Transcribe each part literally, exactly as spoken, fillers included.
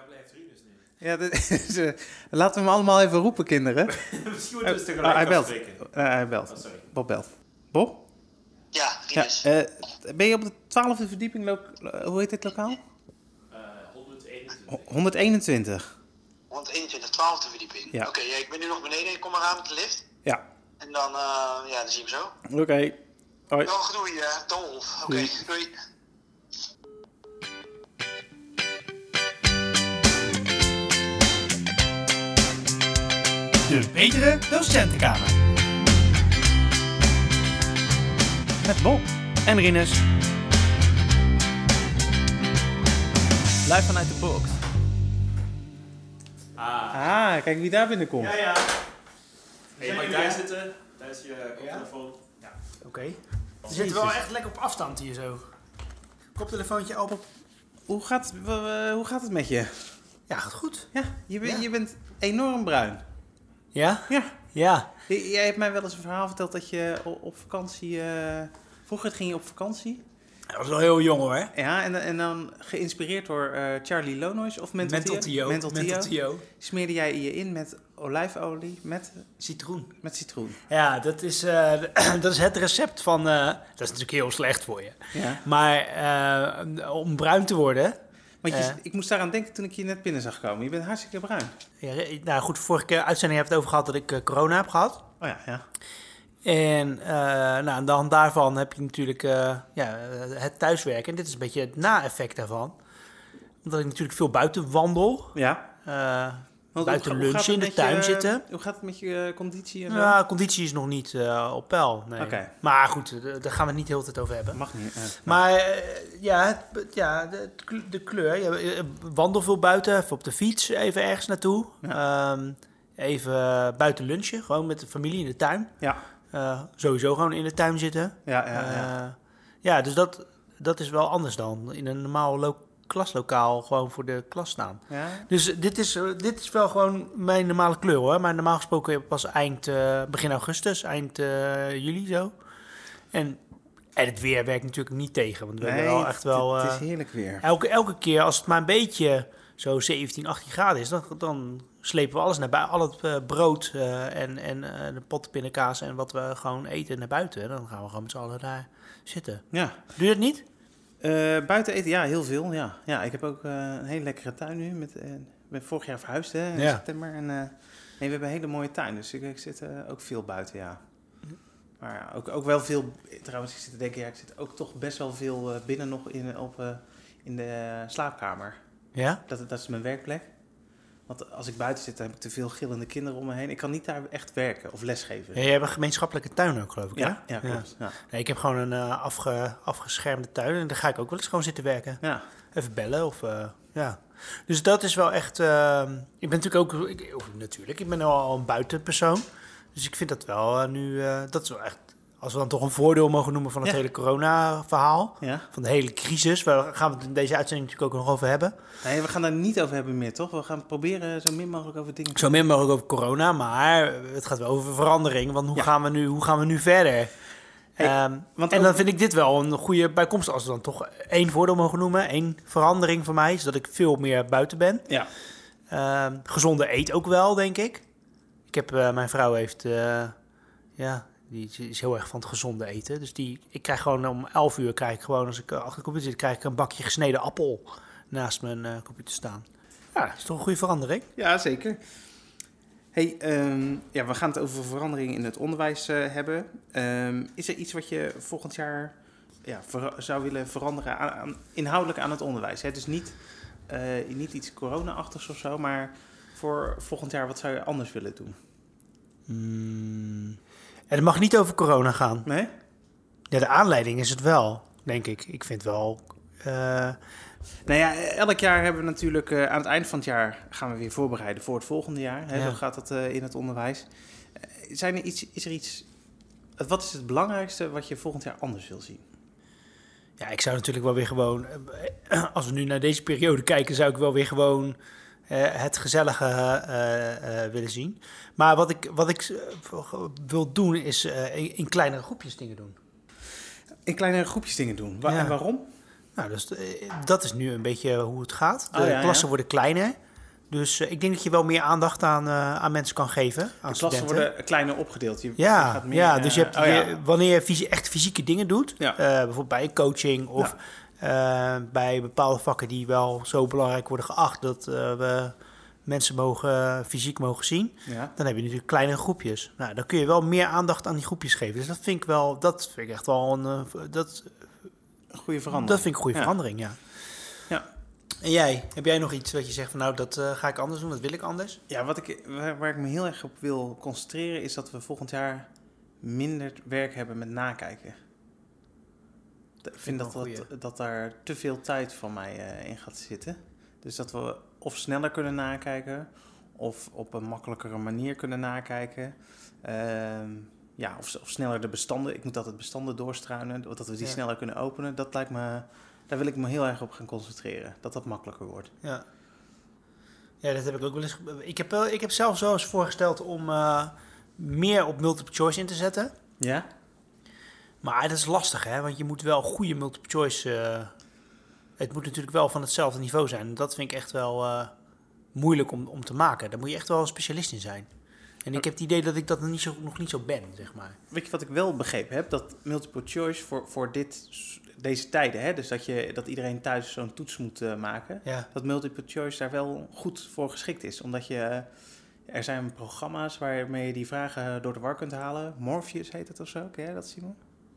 waar blijft Rinus nu? Ja, dit is, uh, laten we hem allemaal even roepen, kinderen. Misschien moeten we eens tegelijk uh, hij belt. afspreken. Uh, hij belt. Oh, sorry. Bob belt. Bob? Ja, Rinus. Ja, uh, ben je op de twaalfde verdieping, lo- hoe heet dit lokaal? Uh, honderdeenentwintig. honderdeenentwintig. honderdeenentwintig, twaalfde verdieping. Ja. Oké, okay, ja, ik ben nu nog beneden. Ik kom maar aan met de lift. Ja. En dan, uh, ja, dan zie je hem zo. Oké. Okay. Hoi. Dag, doei, uh, Dolf. Oké, okay, doei. doei. De Betere Docentenkamer. Met Bob en Rinus. Live vanuit de box. Ah. Ah, kijk wie daar binnenkomt. Ja, ja. Hey, je mag daar zitten. Daar is je koptelefoon. Ja. Ja. Oké. Okay. We zitten wel echt lekker op afstand hier zo. Koptelefoontje open. Hoe gaat, het, uh, hoe gaat het met je? Ja, gaat goed. Ja, je, ben, ja. je bent enorm bruin. Ja? Ja. Ja. J- jij hebt mij wel eens een verhaal verteld dat je op vakantie... Uh, vroeger ging je op vakantie. Dat was wel heel jong hoor. Ja, en, en dan geïnspireerd door uh, Charlie Lonois of Mental, Mental Tio. Mental Tio. Tio. Smeerde jij je in met olijfolie met... Citroen. Met citroen. Ja, dat is, uh, dat is het recept van... Uh, dat is natuurlijk heel slecht voor je. Ja. Maar uh, om bruin te worden... Want je, uh, ik moest daaraan denken toen ik je net binnen zag komen. Je bent hartstikke bruin. Ja, nou goed, vorige keer uitzending heb ik het over gehad dat ik uh, corona heb gehad. Oh ja, ja. En uh, nou, aan de hand daarvan heb je natuurlijk uh, ja, het thuiswerken. En dit is een beetje het na-effect daarvan. Omdat ik natuurlijk veel buiten wandel. Ja. Uh, Want buiten hoe, lunchen, hoe in de tuin je, zitten. Hoe gaat het met je uh, conditie? En zo? Ja, conditie is nog niet uh, op peil. Nee. Okay. Maar goed, uh, daar gaan we het niet de hele tijd over hebben. Mag niet. Uh, maar uh, ja, het, ja de, de kleur. Ja, wandel veel buiten, even op de fiets, even ergens naartoe. Ja. Um, even buiten lunchen, gewoon met de familie in de tuin. Ja. Uh, sowieso gewoon in de tuin zitten. Ja, ja, ja. Uh, ja dus dat, dat is wel anders dan in een normaal lo- klaslokaal gewoon voor de klas staan. Ja. Dus dit is, uh, dit is wel gewoon mijn normale kleur hoor. Maar normaal gesproken pas eind, uh, begin augustus, eind uh, juli zo. En, en het weer werkt natuurlijk niet tegen. Want we nee, hebben wel echt wel... Uh, het is heerlijk weer. Elke, elke keer als het maar een beetje zo zeventien, achttien graden is, dan... dan slepen we alles naar buiten, al het uh, brood uh, en, en uh, de potten pindakaas en wat we gewoon eten naar buiten. Dan gaan we gewoon met z'n allen daar zitten. Ja. Doe je dat niet? Uh, buiten eten, ja, heel veel. Ja, ja ik heb ook uh, een hele lekkere tuin nu. Met, uh, ik ben vorig jaar verhuisd hè, in ja. september. En uh, nee, we hebben een hele mooie tuin, dus ik, ik zit uh, ook veel buiten, ja. Maar ja, ook, ook wel veel, trouwens, ik zit te denken, ja, ik zit ook toch best wel veel uh, binnen nog in, op, uh, in de uh, slaapkamer. Ja? Dat, dat is mijn werkplek. Want als ik buiten zit, dan heb ik te veel gillende kinderen om me heen. Ik kan niet daar echt werken of lesgeven. Ja, jij hebt een gemeenschappelijke tuin ook, geloof ik, ja, hè? Ja, klopt. Ja. Ja. Nee, ik heb gewoon een uh, afge, afgeschermde tuin en daar ga ik ook wel eens gewoon zitten werken. Ja. Even bellen of... Uh, ja. Dus dat is wel echt... Uh, ik ben natuurlijk ook... Ik, of, natuurlijk, ik ben al een buitenpersoon. Dus ik vind dat wel uh, nu... Uh, dat is wel echt... Als we dan toch een voordeel mogen noemen van het ja. hele corona-verhaal. Ja. Van de hele crisis. Waar gaan we het in deze uitzending natuurlijk ook nog over hebben. Nee, we gaan daar niet over hebben meer, toch? We gaan proberen zo min mogelijk over dingen... Zo min mogelijk over corona, maar het gaat wel over verandering. Want hoe, ja. gaan, we nu, hoe gaan we nu verder? Hey, um, want en ook... dan vind ik dit wel een goede bijkomst. Als we dan toch één voordeel mogen noemen. Één verandering voor mij is dat ik veel meer buiten ben. Ja. Um, gezonde eet ook wel, denk ik. Ik heb, uh, mijn vrouw heeft... Uh, ja... Die is heel erg van het gezonde eten. Dus die, ik krijg gewoon om elf uur, krijg ik gewoon, als ik achter de computer zit, krijg ik een bakje gesneden appel naast mijn uh, computer staan. Ja, dat is toch een goede verandering? Ja, zeker. Hey, um, ja, we gaan het over veranderingen in het onderwijs uh, hebben. Um, is er iets wat je volgend jaar ja, ver- zou willen veranderen aan, aan, inhoudelijk aan het onderwijs? Hè? Dus niet, uh, niet iets corona-achtigs of zo, maar voor volgend jaar, wat zou je anders willen doen? Hmm. En het mag niet over corona gaan. Nee? Ja, de aanleiding is het wel, denk ik. Ik vind wel... Uh... Nou ja, elk jaar hebben we natuurlijk... Uh, aan het eind van het jaar gaan we weer voorbereiden voor het volgende jaar. Hè? Ja. Zo gaat het uh, in het onderwijs. Uh, zijn er iets, is er iets... Wat is het belangrijkste wat je volgend jaar anders wil zien? Ja, ik zou natuurlijk wel weer gewoon... Uh, als we nu naar deze periode kijken, zou ik wel weer gewoon... Uh, het gezellige uh, uh, willen zien. Maar wat ik, wat ik uh, wil doen, is uh, in, in kleinere groepjes dingen doen. In kleinere groepjes dingen doen? Wa- ja. En waarom? Nou, dus, dat is nu een beetje hoe het gaat. De oh, ja, klassen ja. worden kleiner. Dus uh, ik denk dat je wel meer aandacht aan, uh, aan mensen kan geven. Aan de studenten. klassen worden kleiner opgedeeld. Je, ja, je gaat meer, ja, dus je hebt, uh, oh, ja. je, wanneer je fysi- echt fysieke dingen doet... Ja. Uh, bijvoorbeeld bij een coaching of ja. uh, bij bepaalde vakken die wel zo belangrijk worden geacht... dat uh, we mensen mogen, uh, fysiek mogen zien, ja. dan heb je natuurlijk kleinere groepjes. Nou, dan kun je wel meer aandacht aan die groepjes geven. Dus dat vind ik wel, dat vind ik echt wel een... Uh, dat, een goede verandering. Dat vind ik een goede ja. verandering, ja. Ja. En jij, heb jij nog iets wat je zegt van nou, dat uh, ga ik anders doen, dat wil ik anders? Ja, wat ik, waar, waar ik me heel erg op wil concentreren is dat we volgend jaar minder werk hebben met nakijken. Ik vind dat, dat, dat daar te veel tijd van mij uh, in gaat zitten. Dus dat we of sneller kunnen nakijken of op een makkelijkere manier kunnen nakijken. Uh, ja, of, of sneller de bestanden. Ik moet altijd bestanden doorstruinen, dat we die ja. sneller kunnen openen. Dat lijkt me... Daar wil ik me heel erg op gaan concentreren. Dat dat makkelijker wordt. Ja, ja dat heb ik ook wel eens... Ik heb, ik heb zelf zo eens voorgesteld om uh, meer op multiple choice in te zetten. Ja? Maar dat is lastig, hè? Want je moet wel goede multiple choice... Uh, het moet natuurlijk wel van hetzelfde niveau zijn. En dat vind ik echt wel uh, moeilijk om, om te maken. Daar moet je echt wel een specialist in zijn. En ik heb het idee dat ik dat nog niet zo, nog niet zo ben, zeg maar. Weet je wat ik wel begrepen heb? Dat multiple choice voor, voor dit... Deze tijden, hè? Dus dat, je, dat iedereen thuis zo'n toets moet uh, maken. Ja. Dat multiple choice daar wel goed voor geschikt is. Omdat je, uh, er zijn programma's waarmee je die vragen door de war kunt halen. Morpheus heet het of zo. Ken jij dat, Simon?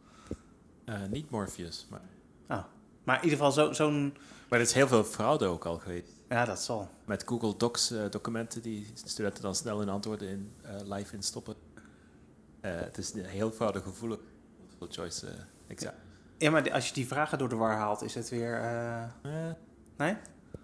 Uh, niet Morpheus, maar... Oh. Maar in ieder geval zo, zo'n... Maar er is heel veel fraude ook al geweest. Ja, dat zal. Met Google Docs uh, documenten die studenten dan snel hun antwoorden in uh, live instoppen. Uh, het is heel fraudegevoelig. Multiple choice, uh, exact. Ja, maar als je die vragen door de war haalt, is het weer... Uh... Uh, nee?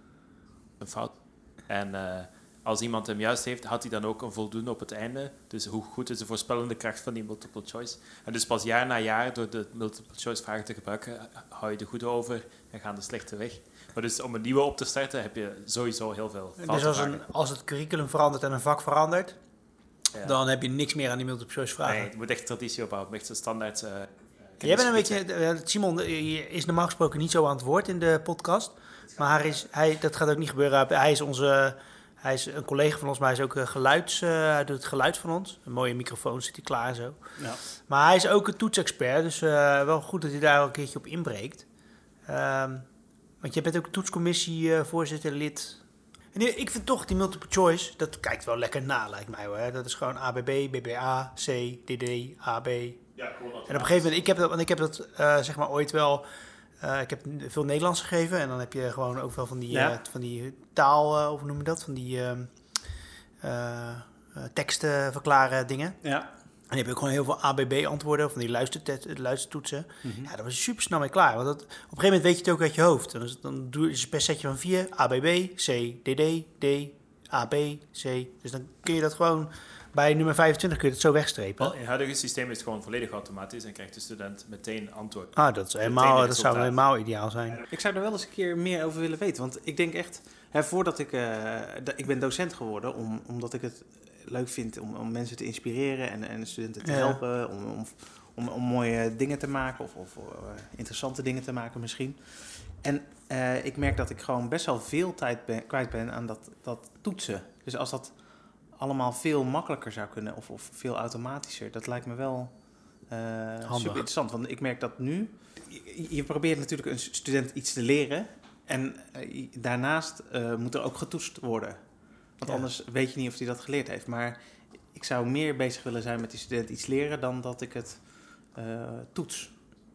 Een fout. En uh, als iemand hem juist heeft, had hij dan ook een voldoende op het einde. Dus hoe goed is de voorspellende kracht van die multiple choice? En dus pas jaar na jaar, door de multiple choice vragen te gebruiken, hou je de goede over en gaan de slechte weg. Maar dus om een nieuwe op te starten, heb je sowieso heel veel fouten. Dus als, een, als het curriculum verandert en een vak verandert, ja. dan heb je niks meer aan die multiple choice vragen. Nee, het moet echt traditie ophouden, echt een standaard... Uh, Jij bent een beetje... Simon is normaal gesproken niet zo aan het woord in de podcast. Maar hij is, hij, dat gaat ook niet gebeuren. Hij is, onze, hij is een collega van ons, maar hij is ook geluids... Uh, hij doet het geluid van ons. Een mooie microfoon zit hij klaar en zo. Ja. Maar hij is ook een toetsexpert. Dus uh, wel goed dat hij daar een keertje op inbreekt. Um, want je bent ook toetscommissie uh, voorzitter, lid... En ik vind toch die multiple choice, dat kijkt wel lekker na, lijkt mij hoor. Dat is gewoon A B B, B B A, C, D D, A B... Ja, cool, en op een gegeven moment, ik heb dat, want ik heb dat uh, zeg maar ooit wel, uh, ik heb veel Nederlands gegeven en dan heb je gewoon ook wel van die, ja. uh, van die taal, uh, of hoe noem je dat, van die uh, uh, uh, teksten verklaren dingen. Ja. En dan heb je ook gewoon heel veel A B B antwoorden, van die luistertet- luistertoetsen. Mm-hmm. Ja, daar was je super snel mee klaar, want dat, op een gegeven moment weet je het ook uit je hoofd. En dan, dan doe je per setje van vier, A B B, C, D D, D, A B, C. Dus dan kun je dat gewoon... Bij nummer vijfentwintig kun je het zo wegstrepen. Well, in het huidige systeem is het gewoon volledig automatisch en krijgt de student meteen antwoord. Ah, dat, is helemaal, dat zou helemaal ideaal zijn. Ik zou er wel eens een keer meer over willen weten. Want ik denk echt, hè, voordat ik... Uh, d- ik ben docent geworden, om, omdat ik het leuk vind om, om mensen te inspireren en, en studenten te ja. helpen. Om, om, om, om mooie dingen te maken of, of uh, interessante dingen te maken misschien. En uh, ik merk dat ik gewoon best wel veel tijd ben, kwijt ben aan dat, dat toetsen. Dus als dat... allemaal veel makkelijker zou kunnen of, of veel automatischer. Dat lijkt me wel uh, super interessant. Want ik merk dat nu... Je, je probeert natuurlijk een student iets te leren... en uh, daarnaast uh, moet er ook getoetst worden. Want ja. anders weet je niet of hij dat geleerd heeft. Maar ik zou meer bezig willen zijn met die student iets leren... dan dat ik het uh, toets.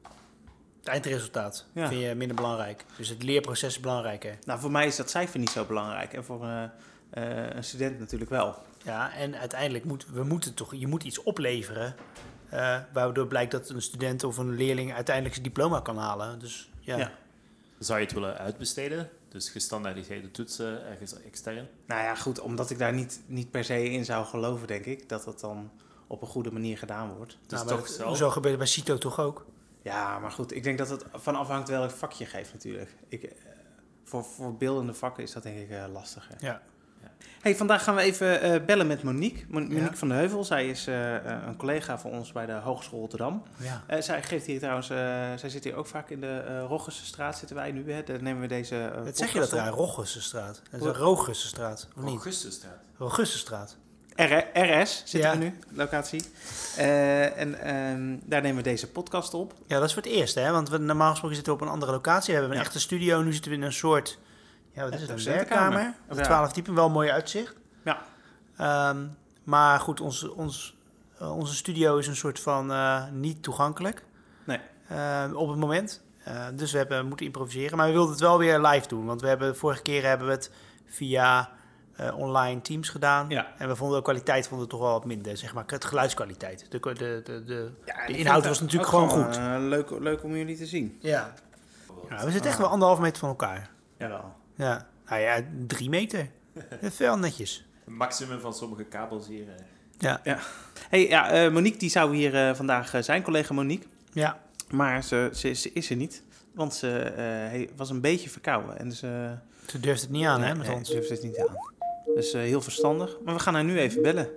Het eindresultaat ja. vind je minder belangrijk. Dus het leerproces is belangrijker. Nou, voor mij is dat cijfer niet zo belangrijk. En voor uh, uh, een student natuurlijk wel. Ja, en uiteindelijk moeten we moeten toch, je moet iets opleveren, uh, waardoor blijkt dat een student of een leerling uiteindelijk zijn diploma kan halen. Dus ja. ja. Zou je het willen uitbesteden? Dus gestandaardiseerde toetsen ergens extern? Nou ja, goed, omdat ik daar niet, niet per se in zou geloven, denk ik, dat dat dan op een goede manier gedaan wordt. Dus nou, toch zo. Zo gebeurt het bij CITO toch ook? Ja, maar goed, ik denk dat het van afhangt welk vak je geeft natuurlijk. Ik, uh, voor, voor beeldende vakken is dat denk ik uh, lastiger. Ja. Hé, Hey, vandaag gaan we even uh, bellen met Monique. Mon- Monique Ja. van de Heuvel. Zij is uh, een collega van ons bij de Hogeschool Rotterdam. Ja. Uh, zij geeft hier trouwens, uh, zij zit hier ook vaak in de uh, Roggesstraat zitten wij nu. Hè? Daar nemen we deze uh, Wat zeg je dat daar? Roggesstraat? Dat is een Roogussenstraat, of niet? Augustusstraat. Roogussenstraat. R- R S zitten Ja. we nu, locatie. Uh, en um, daar nemen we deze podcast op. Ja, dat is voor het eerst, hè? Want we, normaal gesproken zitten we op een andere locatie. We hebben een Ja. echte studio. Nu zitten we in een soort... Ja, wat is het? Een docentenkamer. werkkamer. Op Ja. twaalf diepen. Wel een mooi uitzicht. Ja. Um, maar goed, ons, ons, uh, onze studio is een soort van uh, niet toegankelijk. Nee. Uh, op het moment. Uh, dus we hebben moeten improviseren. Maar we wilden het wel weer live doen. Want we hebben de vorige keer hebben we het via uh, online Teams gedaan. Ja. En we vonden de kwaliteit vonden we toch wel wat minder. Zeg maar, het geluidskwaliteit. De, de, de, de, Ja, de inhoud was natuurlijk gewoon goed. Uh, leuk, leuk om jullie te zien. Ja. Ja, we zitten echt wel anderhalf meter van elkaar. Jawel. Ja. Nou ja, drie meter. Dat is wel netjes. Het maximum van sommige kabels hier. eh. Ja. Ja. Hey, ja, uh, Monique die zou hier uh, vandaag uh, zijn, collega Monique. Ja. Maar ze, ze, ze is er niet, want ze uh, he, was een beetje verkouden. En ze, Ze durft het niet aan, nee, hè, met nee, ons. ze durft het niet aan. Dus uh, heel verstandig. Maar we gaan haar nu even bellen.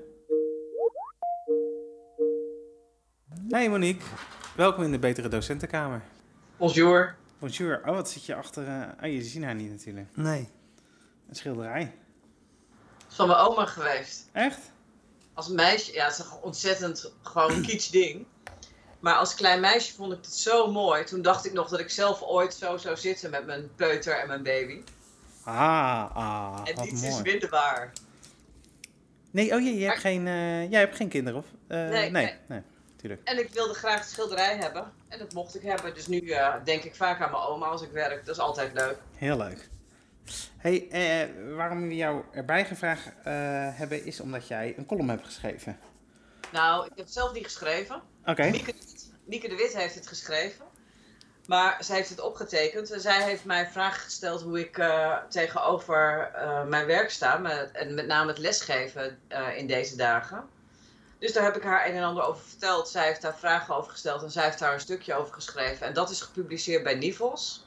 Hey Monique, welkom in de Betere Docentenkamer. Bonjour. Bonjour. Oh, wat zit je achter? Uh, oh, je ziet haar niet natuurlijk. Nee. Een schilderij. Het is van mijn oma geweest. Echt? Als meisje, ja, het is een ontzettend gewoon kitsch ding. Maar als klein meisje vond ik het zo mooi. Toen dacht ik nog dat ik zelf ooit zo zou zitten met mijn peuter en mijn baby. Ah, ah En wat niets mooi. is minder waar. Nee, oh je, je hebt Maar- geen, uh, jij hebt geen kinderen, of? Uh, Nee, nee, nee. nee, tuurlijk. En ik wilde graag de schilderij hebben. En dat mocht ik hebben. Dus nu uh, denk ik vaak aan mijn oma als ik werk. Dat is altijd leuk. Heel leuk. Hey, uh, waarom we jou erbij gevraagd uh, hebben, is omdat jij een column hebt geschreven. Nou, ik heb het zelf niet geschreven. Oké. Okay. Mieke, Mieke de Wit heeft het geschreven. Maar zij heeft het opgetekend. En zij heeft mij vragen gesteld hoe ik uh, tegenover uh, mijn werk sta. Met, en met name het lesgeven uh, in deze dagen. Dus daar heb ik haar een en ander over verteld. Zij heeft daar vragen over gesteld. En zij heeft daar een stukje over geschreven. En dat is gepubliceerd bij Nivels.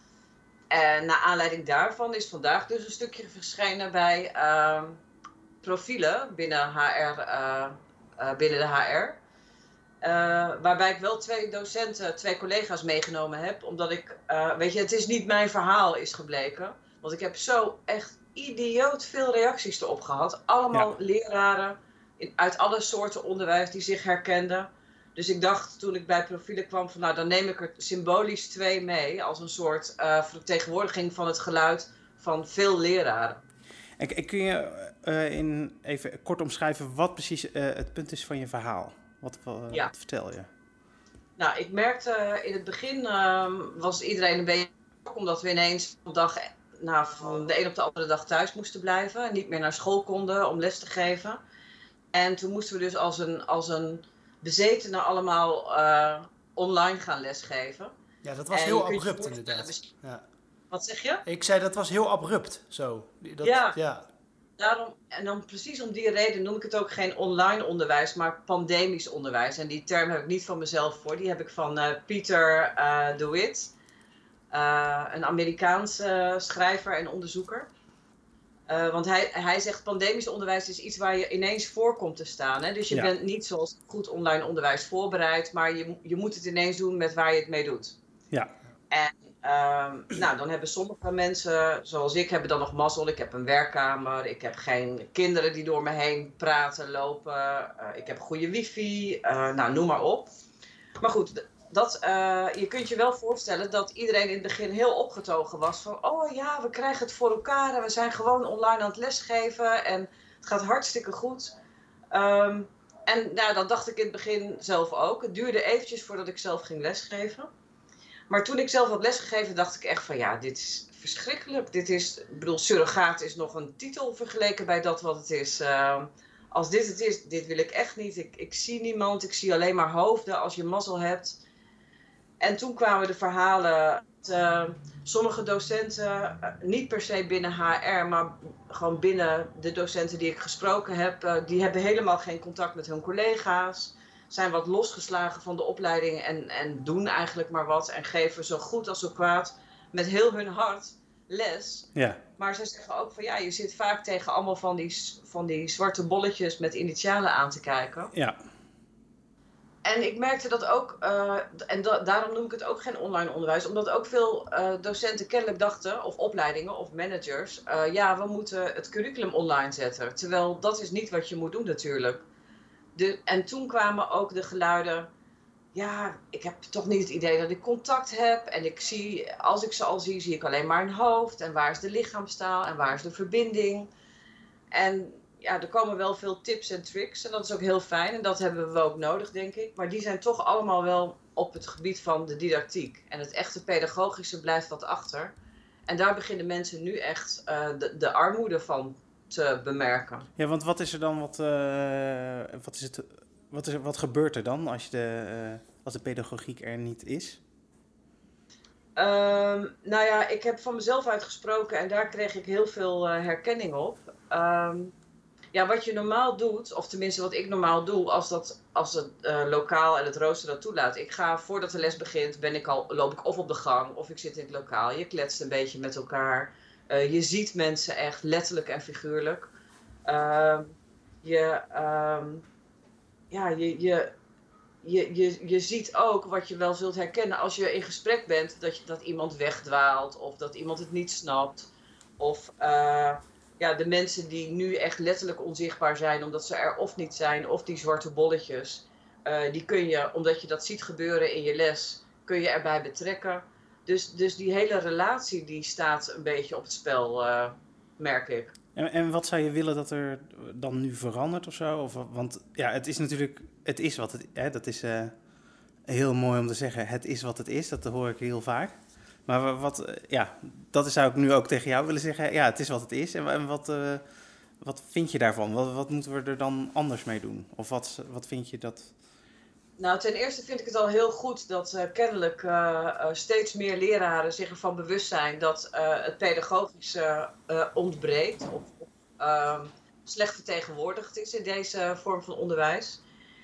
En naar aanleiding daarvan is vandaag dus een stukje verschenen bij uh, profielen binnen, H R, uh, uh, binnen de H R. Uh, waarbij ik wel twee docenten, twee collega's meegenomen heb. Omdat ik, uh, weet je, het is niet mijn verhaal is gebleken. Want ik heb zo echt idioot veel reacties erop gehad. Allemaal ja. leraren in, uit alle soorten onderwijs die zich herkenden. Dus ik dacht toen ik bij profielen kwam van nou dan neem ik er symbolisch twee mee. Als een soort uh, vertegenwoordiging van het geluid van veel leraren. En, en kun je uh, in, even kort omschrijven wat precies uh, het punt is van je verhaal? Wat, uh, ja. wat vertel je? Nou, ik merkte uh, in het begin uh, was iedereen een beetje omdat we ineens een dag, nou, van de een op de andere dag thuis moesten blijven. En niet meer naar school konden om les te geven. En toen moesten we dus als een, als een bezetene allemaal uh, online gaan lesgeven. Ja, dat was en heel abrupt inderdaad. Ja. Wat zeg je? Ik zei dat was heel abrupt, zo. Dat, ja. ja. Daarom, en dan precies om die reden noem ik het ook geen online onderwijs, maar pandemisch onderwijs. En die term heb ik niet van mezelf voor. Die heb ik van uh, Pieter uh, de Wit, uh, een Amerikaanse uh, schrijver en onderzoeker. Uh, want hij, hij zegt pandemisch onderwijs is iets waar je ineens voor komt te staan. Hè? Dus je ja. bent niet zoals goed online onderwijs voorbereid, maar je, je moet het ineens doen met waar je het mee doet. Ja. En uh, nou, dan hebben sommige mensen, zoals ik, hebben dan nog mazzel. Ik heb een werkkamer, ik heb geen kinderen die door me heen praten, lopen. Uh, ik heb goede wifi, uh, nou noem maar op. Maar goed, dat, uh, je kunt je wel voorstellen dat iedereen in het begin heel opgetogen was. Van, oh ja, we krijgen het voor elkaar en we zijn gewoon online aan het lesgeven. En het gaat hartstikke goed. Um, en nou, dat dacht ik in het begin zelf ook. Het duurde eventjes voordat ik zelf ging lesgeven. Maar toen ik zelf had lesgegeven, dacht ik echt van ja, dit is verschrikkelijk. Dit is, ik bedoel, surrogaat is nog een titel vergeleken bij dat wat het is. Uh, als dit het is, dit wil ik echt niet. Ik, ik zie niemand, ik zie alleen maar hoofden als je mazzel hebt. En toen kwamen de verhalen. Uh, sommige docenten, uh, niet per se binnen H R, maar gewoon binnen de docenten die ik gesproken heb, uh, die hebben helemaal geen contact met hun collega's. Zijn wat losgeslagen van de opleiding en, en doen eigenlijk maar wat. En geven zo goed als zo kwaad met heel hun hart les. Ja. Maar ze zeggen ook van ja, je zit vaak tegen allemaal van die, van die zwarte bolletjes met initialen aan te kijken. Ja. En ik merkte dat ook, uh, en da- daarom noem ik het ook geen online onderwijs, omdat ook veel uh, docenten kennelijk dachten, of opleidingen of managers, uh, ja, we moeten het curriculum online zetten. Terwijl dat is niet wat je moet doen natuurlijk. De, en toen kwamen ook de geluiden, ja, ik heb toch niet het idee dat ik contact heb. En ik zie, als ik ze al zie, zie ik alleen maar een hoofd. En waar is de lichaamstaal en waar is de verbinding? En ja, er komen wel veel tips en tricks en dat is ook heel fijn. En dat hebben we ook nodig, denk ik. Maar die zijn toch allemaal wel op het gebied van de didactiek. En het echte pedagogische blijft wat achter. En daar beginnen mensen nu echt uh, de, de armoede van te bemerken. Ja, want wat is er dan, wat, uh, wat, is het, wat, is er, wat gebeurt er dan als, je de, uh, als de pedagogiek er niet is? Um, nou ja, ik heb van mezelf uitgesproken en daar kreeg ik heel veel uh, herkenning op. Um, ja, wat je normaal doet, of tenminste wat ik normaal doe, als, dat, als het uh, lokaal en het rooster dat toelaat. Ik ga, voordat de les begint, ben ik al, loop ik of op de gang of ik zit in het lokaal. Je kletst een beetje met elkaar. Uh, je ziet mensen echt letterlijk en figuurlijk. Uh, je, um, ja, je, je, je, je, je ziet ook wat je wel zult herkennen als je in gesprek bent, dat, je, dat iemand wegdwaalt of dat iemand het niet snapt. Of uh, ja, de mensen die nu echt letterlijk onzichtbaar zijn omdat ze er of niet zijn, of die zwarte bolletjes. Uh, die kun je, omdat je dat ziet gebeuren in je les, kun je erbij betrekken. Dus, dus die hele relatie die staat een beetje op het spel, uh, merk ik. En, en wat zou je willen dat er dan nu verandert of zo? Of, want ja, het is natuurlijk, het is wat het is. Dat is uh, heel mooi om te zeggen, het is wat het is. Dat hoor ik heel vaak. Maar wat, ja, dat zou ik nu ook tegen jou willen zeggen. Ja, het is wat het is. En wat, uh, wat vind je daarvan? Wat, wat moeten we er dan anders mee doen? Of wat, wat vind je dat... Nou, ten eerste vind ik het al heel goed dat uh, kennelijk uh, uh, steeds meer leraren zich ervan bewust zijn dat uh, het pedagogische uh, ontbreekt of, of uh, slecht vertegenwoordigd is in deze vorm van onderwijs.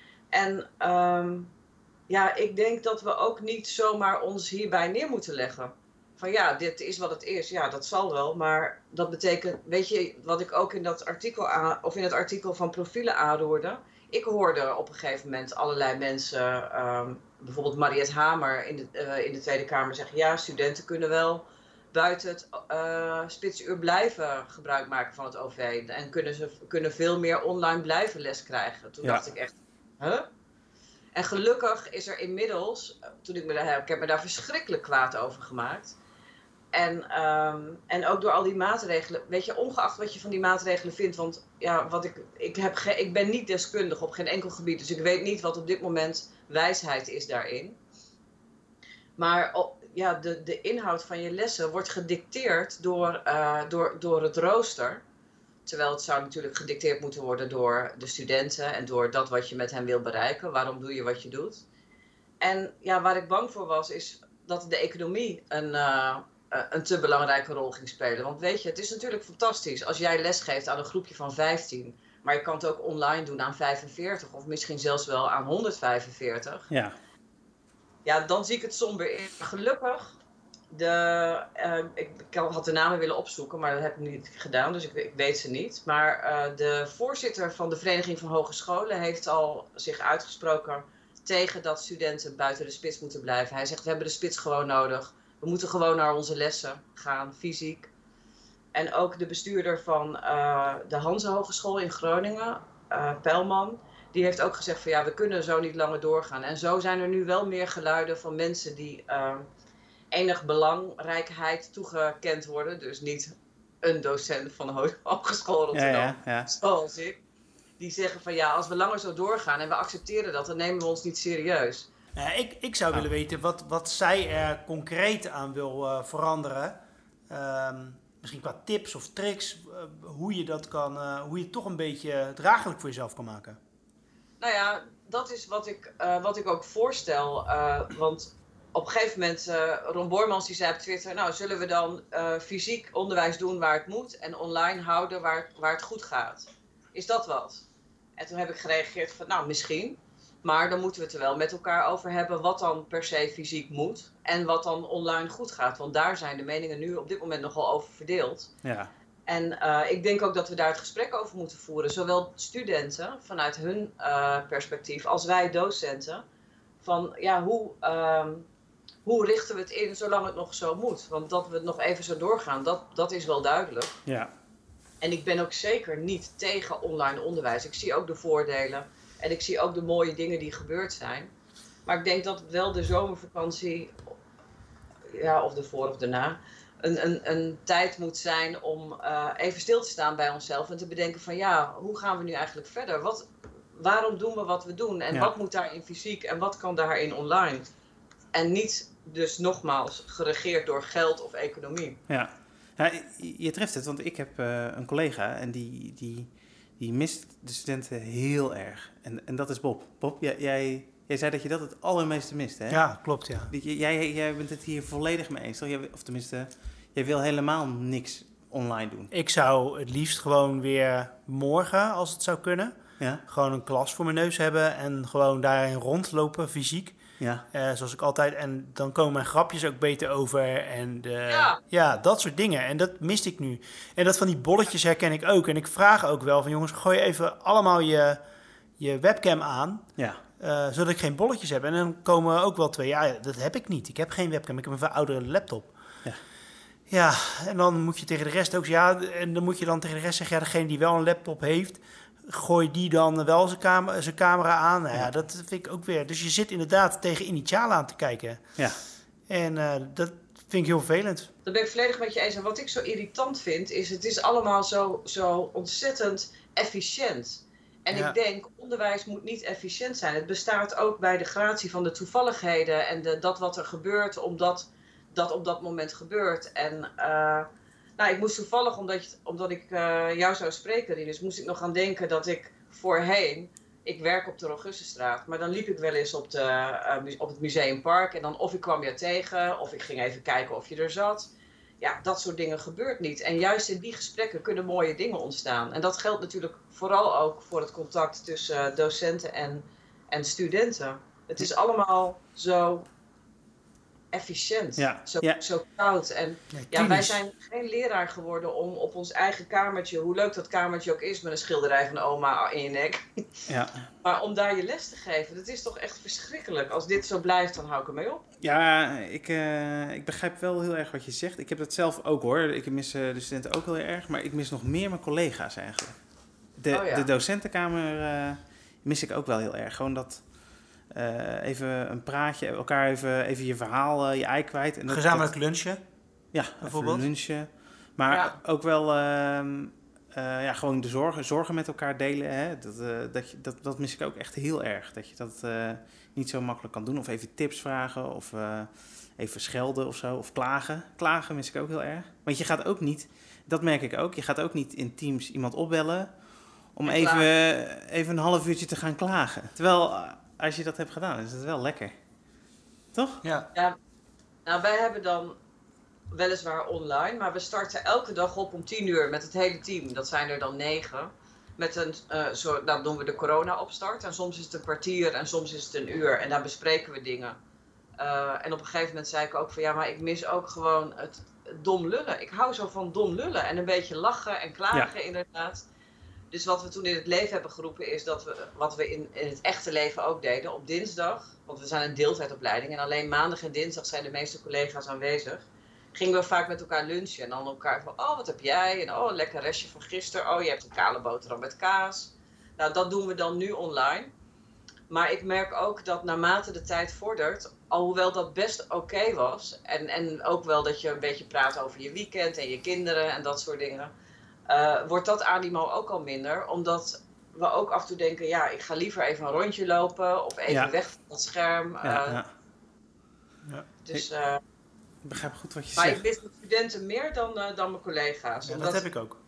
En um, ja, ik denk dat we ook niet zomaar ons hierbij neer moeten leggen. Van ja, dit is wat het is. Ja, dat zal wel. Maar dat betekent, weet je, wat ik ook in dat artikel aan, of in het artikel van Profielen aanroerde. Ik hoorde op een gegeven moment allerlei mensen, um, bijvoorbeeld Mariette Hamer in de, uh, in de Tweede Kamer zeggen, ja, studenten kunnen wel buiten het uh, spitsuur blijven gebruik maken van het O V. En kunnen ze kunnen veel meer online blijven les krijgen. Toen ja. dacht ik echt, huh? En gelukkig is er inmiddels, toen ik me daar, ik heb me daar verschrikkelijk kwaad over gemaakt. En, um, en ook door al die maatregelen, weet je, ongeacht wat je van die maatregelen vindt, want ja, wat ik, ik, heb ge, ik ben niet deskundig op geen enkel gebied, dus ik weet niet wat op dit moment wijsheid is daarin. Maar op, ja, de, de inhoud van je lessen wordt gedicteerd door, uh, door, door het rooster. Terwijl het zou natuurlijk gedicteerd moeten worden door de studenten en door dat wat je met hen wil bereiken. Waarom doe je wat je doet? En ja, waar ik bang voor was, is dat de economie een, uh, een te belangrijke rol ging spelen. Want weet je, het is natuurlijk fantastisch als jij lesgeeft aan een groepje van vijftien. Maar je kan het ook online doen aan vijfenveertig of misschien zelfs wel aan honderdvijfenveertig. Ja. Ja, dan zie ik het somber in. Gelukkig. De, uh, ik, ik had de namen willen opzoeken, maar dat heb ik niet gedaan, dus ik, ik weet ze niet. Maar uh, de voorzitter van de Vereniging van Hogescholen heeft al zich uitgesproken tegen dat studenten buiten de spits moeten blijven. Hij zegt, we hebben de spits gewoon nodig. We moeten gewoon naar onze lessen gaan, fysiek. En ook de bestuurder van uh, de Hanze Hogeschool in Groningen, uh, Pelman, die heeft ook gezegd van ja, we kunnen zo niet langer doorgaan. En zo zijn er nu wel meer geluiden van mensen die... Uh, enig belangrijkheid toegekend worden. Dus niet een docent van de Hogeschool Rotterdam, ja, ja, ja. zoals ik. Die zeggen van ja, als we langer zo doorgaan en we accepteren dat, dan nemen we ons niet serieus. Uh, ik, ik zou ja. willen weten wat, wat zij er concreet aan wil uh, veranderen. Uh, misschien qua tips of tricks, uh, hoe je dat kan, uh, hoe je het toch een beetje draaglijk voor jezelf kan maken. Nou ja, dat is wat ik, uh, wat ik ook voorstel. Uh, want op een gegeven moment, uh, Ron Boormans die zei op Twitter, nou zullen we dan uh, fysiek onderwijs doen waar het moet en online houden waar, waar het goed gaat. Is dat wat? En toen heb ik gereageerd van, nou misschien. Maar dan moeten we het er wel met elkaar over hebben wat dan per se fysiek moet en wat dan online goed gaat. Want daar zijn de meningen nu op dit moment nogal over verdeeld. Ja. En uh, ik denk ook dat we daar het gesprek over moeten voeren. Zowel studenten vanuit hun uh, perspectief als wij docenten. Van ja, hoe, uh, hoe richten we het in zolang het nog zo moet? Want dat we het nog even zo doorgaan, dat, dat is wel duidelijk. Ja. En ik ben ook zeker niet tegen online onderwijs. Ik zie ook de voordelen. En ik zie ook de mooie dingen die gebeurd zijn. Maar ik denk dat wel de zomervakantie, ja, of ervoor of daarna, een, een, een tijd moet zijn om uh, even stil te staan bij onszelf. En te bedenken van ja, hoe gaan we nu eigenlijk verder? Wat, waarom doen we wat we doen? En ja. wat moet daarin fysiek en wat kan daarin online? En niet dus nogmaals geregeerd door geld of economie. Ja, ja je treft het, want ik heb uh, een collega en die... die... Die mist de studenten heel erg. En, en dat is Bob. Bob, jij, jij, jij zei dat je dat het allermeeste mist, hè? Ja, klopt, ja. Jij, jij bent het hier volledig mee eens, toch? Jij, of tenminste, jij wil helemaal niks online doen. Ik zou het liefst gewoon weer morgen, als het zou kunnen, ja? gewoon een klas voor mijn neus hebben en gewoon daarin rondlopen, fysiek. Ja. Uh, zoals ik altijd. En dan komen mijn grapjes ook beter over. En de, ja. ja, dat soort dingen. En dat miste ik nu. En dat van die bolletjes herken ik ook. En ik vraag ook wel van jongens, gooi even allemaal je, je webcam aan. Ja. Uh, zodat ik geen bolletjes heb. En dan komen ook wel twee. Ja, dat heb ik niet. Ik heb geen webcam. Ik heb een verouderde laptop. Ja. Ja, en dan moet je tegen de rest ook... Ja, en dan moet je dan tegen de rest zeggen... Ja, degene die wel een laptop heeft... Gooi die dan wel zijn camera, zijn camera aan. Nou ja, ja, dat vind ik ook weer. Dus je zit inderdaad tegen initialen aan te kijken. Ja. En uh, dat vind ik heel vervelend. Dat ben ik volledig met je eens. En wat ik zo irritant vind, is het is allemaal zo, zo ontzettend efficiënt. En ja. ik denk, onderwijs moet niet efficiënt zijn. Het bestaat ook bij de gratie van de toevalligheden en de, dat wat er gebeurt, omdat dat op dat moment gebeurt. En uh, nou, ik moest toevallig, omdat, je, omdat ik uh, jou zou spreken, Rinus, moest ik nog aan denken dat ik voorheen, ik werk op de Augustusstraat, maar dan liep ik wel eens op, de, uh, op het Museumpark en dan of ik kwam je tegen, of ik ging even kijken of je er zat. Ja, dat soort dingen gebeurt niet. En juist in die gesprekken kunnen mooie dingen ontstaan. En dat geldt natuurlijk vooral ook voor het contact tussen uh, docenten en, en studenten. Het is allemaal zo efficiënt, ja. Zo, ja. zo koud. En nee, ja, wij zijn geen leraar geworden om op ons eigen kamertje, hoe leuk dat kamertje ook is met een schilderij van oma in je nek, ja. maar om daar je les te geven, dat is toch echt verschrikkelijk. Als dit zo blijft, dan hou ik ermee op. Ja, ik, uh, ik begrijp wel heel erg wat je zegt. Ik heb dat zelf ook hoor. Ik mis uh, de studenten ook heel erg, maar ik mis nog meer mijn collega's eigenlijk. De, oh, ja. de docentenkamer uh, mis ik ook wel heel erg. Gewoon dat... Uh, even een praatje, elkaar even, even je verhaal, uh, je ei kwijt. En dat, gezamenlijk dat, lunchen? Ja, bijvoorbeeld. lunchen. Maar ja. ook wel uh, uh, ja, gewoon de zorgen, zorgen met elkaar delen. Hè? Dat, uh, dat, je, dat, dat mis ik ook echt heel erg. Dat je dat uh, niet zo makkelijk kan doen. Of even tips vragen of uh, even schelden of zo. Of klagen. Klagen mis ik ook heel erg. Want je gaat ook niet, dat merk ik ook, je gaat ook niet in Teams iemand opbellen om even, uh, even een half uurtje te gaan klagen. Terwijl... Uh, als je dat hebt gedaan, is het wel lekker. Toch? Ja. ja. Nou, wij hebben dan weliswaar online, maar we starten elke dag op om tien uur met het hele team. Dat zijn er dan negen. Met een, uh, zo, dat doen we de corona-opstart. En soms is het een kwartier en soms is het een uur. En daar bespreken we dingen. Uh, en op een gegeven moment zei ik ook van ja, maar ik mis ook gewoon het, het dom lullen. Ik hou zo van dom lullen en een beetje lachen en klagen, ja. inderdaad. Dus wat we toen in het leven hebben geroepen is dat we, wat we in, in het echte leven ook deden, op dinsdag, want we zijn een deeltijdopleiding en alleen maandag en dinsdag zijn de meeste collega's aanwezig, gingen we vaak met elkaar lunchen en dan elkaar van, oh wat heb jij? En oh, een lekker restje van gisteren, oh je hebt een kale boterham met kaas. Nou, dat doen we dan nu online. Maar ik merk ook dat naarmate de tijd vordert, alhoewel dat best oké okay was, en, en ook wel dat je een beetje praat over je weekend en je kinderen en dat soort dingen, Uh, wordt dat animo ook al minder, omdat we ook af en toe denken, ja, ik ga liever even een rondje lopen of even ja. weg van het scherm. Uh, ja, ja. Ja. Dus, uh, ik begrijp goed wat je maar zegt. Maar ik mis mijn studenten meer dan, uh, dan mijn collega's. Ja, omdat... dat heb ik ook.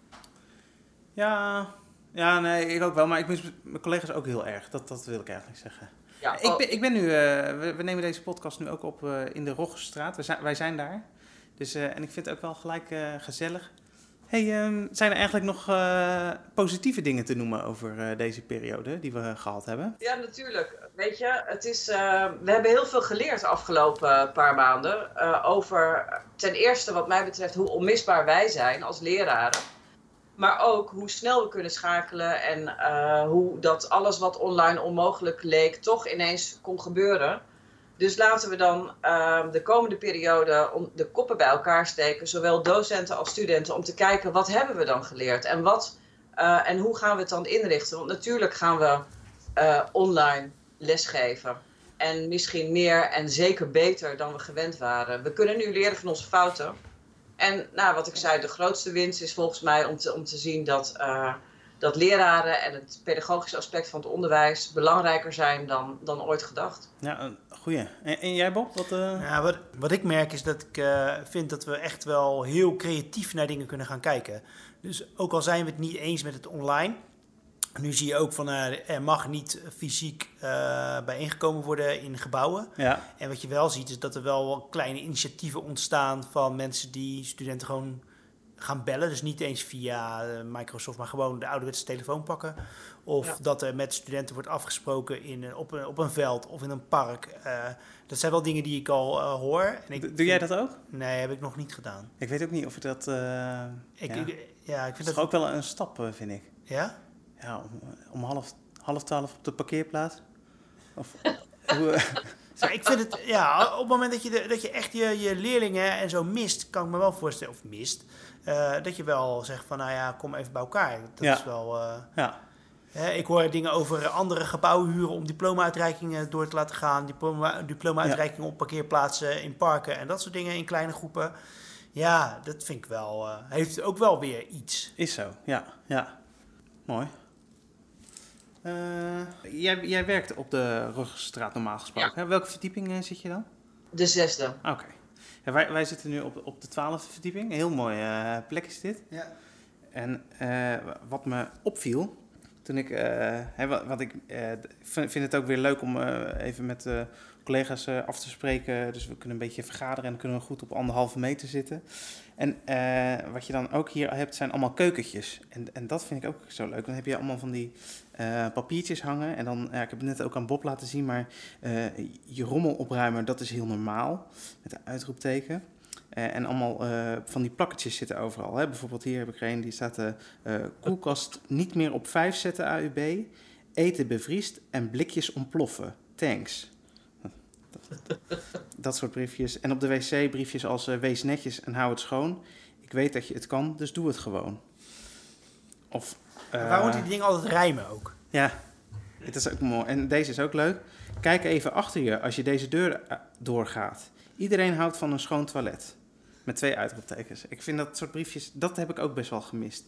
Ja, ja, nee, ik ook wel, maar ik mis mijn collega's ook heel erg. Dat, dat wil ik eigenlijk zeggen. Ja, oh. ik, ben, ik ben nu, uh, we, we nemen deze podcast nu ook op uh, in de Roggestraat. We zijn, wij zijn daar. Dus, uh, en ik vind het ook wel gelijk uh, gezellig. Hey, um, zijn er eigenlijk nog uh, positieve dingen te noemen over uh, deze periode die we gehad hebben? Ja, natuurlijk. Weet je, het is, uh, we hebben heel veel geleerd de afgelopen paar maanden uh, over ten eerste wat mij betreft hoe onmisbaar wij zijn als leraren. Maar ook hoe snel we kunnen schakelen en uh, hoe dat alles wat online onmogelijk leek toch ineens kon gebeuren. Dus laten we dan uh, de komende periode om de koppen bij elkaar steken, zowel docenten als studenten, om te kijken wat hebben we dan geleerd en, wat, uh, en hoe gaan we het dan inrichten. Want natuurlijk gaan we uh, online lesgeven en misschien meer en zeker beter dan we gewend waren. We kunnen nu leren van onze fouten. En nou, wat ik zei, de grootste winst is volgens mij om te, om te zien dat, uh, dat leraren en het pedagogische aspect van het onderwijs belangrijker zijn dan, dan ooit gedacht. Ja, een goeie. En, en jij, Bob? Wat, uh... ja, wat, wat ik merk is dat ik uh, vind dat we echt wel heel creatief naar dingen kunnen gaan kijken. Dus ook al zijn we het niet eens met het online, nu zie je ook van uh, er mag niet fysiek uh, bijeengekomen worden in gebouwen. Ja. En wat je wel ziet is dat er wel kleine initiatieven ontstaan van mensen die studenten gewoon gaan bellen. Dus niet eens via Microsoft, maar gewoon de ouderwetse telefoon pakken. Of ja. dat er met studenten wordt afgesproken in, op, een, op een veld of in een park. Uh, dat zijn wel dingen die ik al uh, hoor. En ik Doe vind, jij dat ook? Nee, heb ik nog niet gedaan. Ik weet ook niet of ik dat... Uh, ik, ja. ik, ja, ik vind dat is dat ook wel een stap, vind ik. Ja? Ja, om, om half, half twaalf op de parkeerplaats. Of... hoe, ja, ik vind het, ja, op het moment dat je, de, dat je echt je, je leerlingen en zo mist, kan ik me wel voorstellen, of mist, uh, dat je wel zegt van, nou ja, kom even bij elkaar. Dat ja. is wel... Uh, ja. hè, ik hoor dingen over andere gebouwen huren om diploma-uitreikingen door te laten gaan, diploma, diploma-uitreikingen ja. op parkeerplaatsen in parken en dat soort dingen in kleine groepen. Ja, dat vind ik wel, uh, heeft ook wel weer iets. Is zo, ja, ja. Mooi. Uh, jij, jij werkt op de Ruggenstraat normaal gesproken. Ja. Hè? Welke verdieping uh, zit je dan? De zesde. Oké. Okay. Ja, wij, wij zitten nu op, op de twaalfde verdieping. Een heel mooie uh, plek is dit. Ja. En uh, wat me opviel, toen ik, uh, hè, wat, wat ik uh, vind, vind het ook weer leuk om uh, even met uh, collega's uh, af te spreken. Dus we kunnen een beetje vergaderen en dan kunnen we goed op anderhalve meter zitten. En uh, wat je dan ook hier hebt, zijn allemaal keukentjes. En, en dat vind ik ook zo leuk. Dan heb je allemaal van die uh, papiertjes hangen. En dan, ja, ik heb het net ook aan Bob laten zien, maar uh, je rommel opruimen, dat is heel normaal. Met een uitroepteken. Uh, en allemaal uh, van die plakketjes zitten overal. Hè? Bijvoorbeeld hier heb ik er een, die staat de uh, koelkast niet meer op vijf zetten A U B. Eten bevriest en blikjes ontploffen. Thanks. Dat, dat soort briefjes. En op de wc briefjes als uh, wees netjes en hou het schoon. Ik weet dat je het kan, dus doe het gewoon. Of, uh, waarom moeten die dingen altijd rijmen ook? Ja, het is ook mooi. En deze is ook leuk. Kijk even achter je als je deze deur doorgaat. Iedereen houdt van een schoon toilet. Met twee uitroeptekens. Ik vind dat soort briefjes, dat heb ik ook best wel gemist.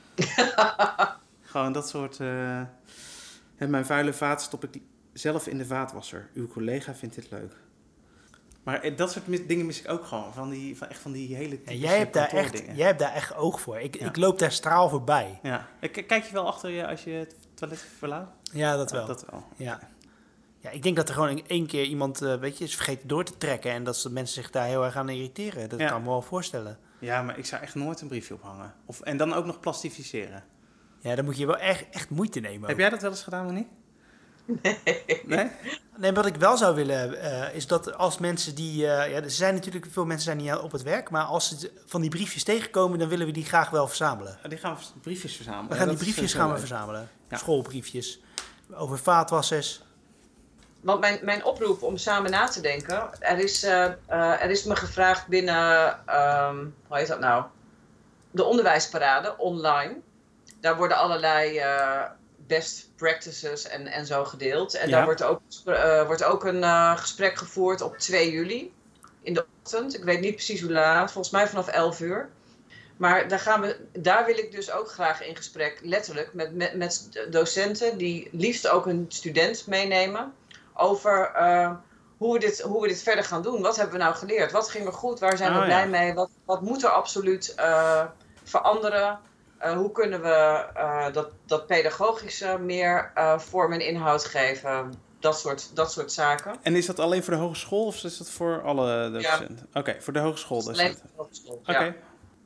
Gewoon dat soort... Uh, mijn vuile vaat stop ik zelf in de vaatwasser. Uw collega vindt dit leuk. Maar dat soort mis, dingen mis ik ook gewoon. Van die, van echt van die hele ja, jij, hebt daar echt, jij hebt daar echt oog voor. Ik, ja. ik loop daar straal voorbij. Ja. Kijk je wel achter je als je het toilet verlaat? Ja, dat wel. Ja, dat wel. Ja. Ja, ik denk dat er gewoon één keer iemand uh, weet je, is vergeten door te trekken. En dat mensen zich daar heel erg aan irriteren. Dat ja. kan ik me wel voorstellen. Ja, maar ik zou echt nooit een briefje ophangen. Of, en dan ook nog plastificeren. Ja, dan moet je wel echt, echt moeite nemen. Heb ook. Jij dat wel eens gedaan, Monique? Nee. Nee? Nee, wat ik wel zou willen, uh, is dat als mensen die... Uh, ja, er zijn natuurlijk, veel mensen zijn niet op het werk, maar als ze van die briefjes tegenkomen, dan willen we die graag wel verzamelen. Die gaan we briefjes verzamelen. We gaan ja, die briefjes gaan we verzamelen. Ja. Schoolbriefjes. Over vaatwassers. Want mijn, mijn oproep om samen na te denken, er is, uh, uh, er is me gevraagd binnen, um, hoe heet dat nou? De onderwijsparade, online. Daar worden allerlei... Uh, best practices en, en zo gedeeld. En ja. daar wordt ook, uh, wordt ook een uh, gesprek gevoerd op twee juli in de ochtend. Ik weet niet precies hoe laat, volgens mij vanaf elf uur. Maar daar, gaan we, daar wil ik dus ook graag in gesprek, letterlijk, met, met, met docenten die liefst ook een student meenemen over uh, hoe, we dit, hoe we dit verder gaan doen. Wat hebben we nou geleerd? Wat ging er goed? Waar zijn oh, we blij ja. mee? Wat, wat moet er absoluut uh, veranderen? Uh, hoe kunnen we uh, dat, dat pedagogische meer uh, vorm en inhoud geven? Dat soort, dat soort zaken. En is dat alleen voor de hogeschool of is dat voor alle docenten? Ja. Oké, okay, voor de hogeschool. Alleen voor de hogeschool, Oké. Okay.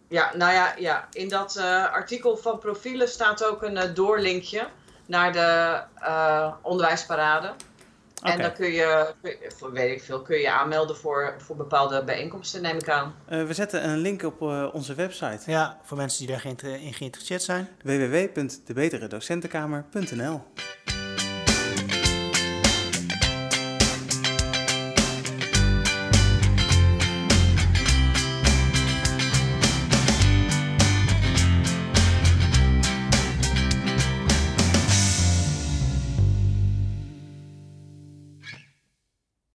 Ja, nou ja, ja. in dat uh, artikel van profielen staat ook een uh, doorlinkje naar de uh, onderwijsparade. Okay. En dan kun je, kun je, weet ik veel, kun je aanmelden voor, voor bepaalde bijeenkomsten, neem ik aan. Uh, we zetten een link op uh, onze website. Ja, voor mensen die daarin geïnteresseerd zijn. w w w punt de betere docentenkamer punt n l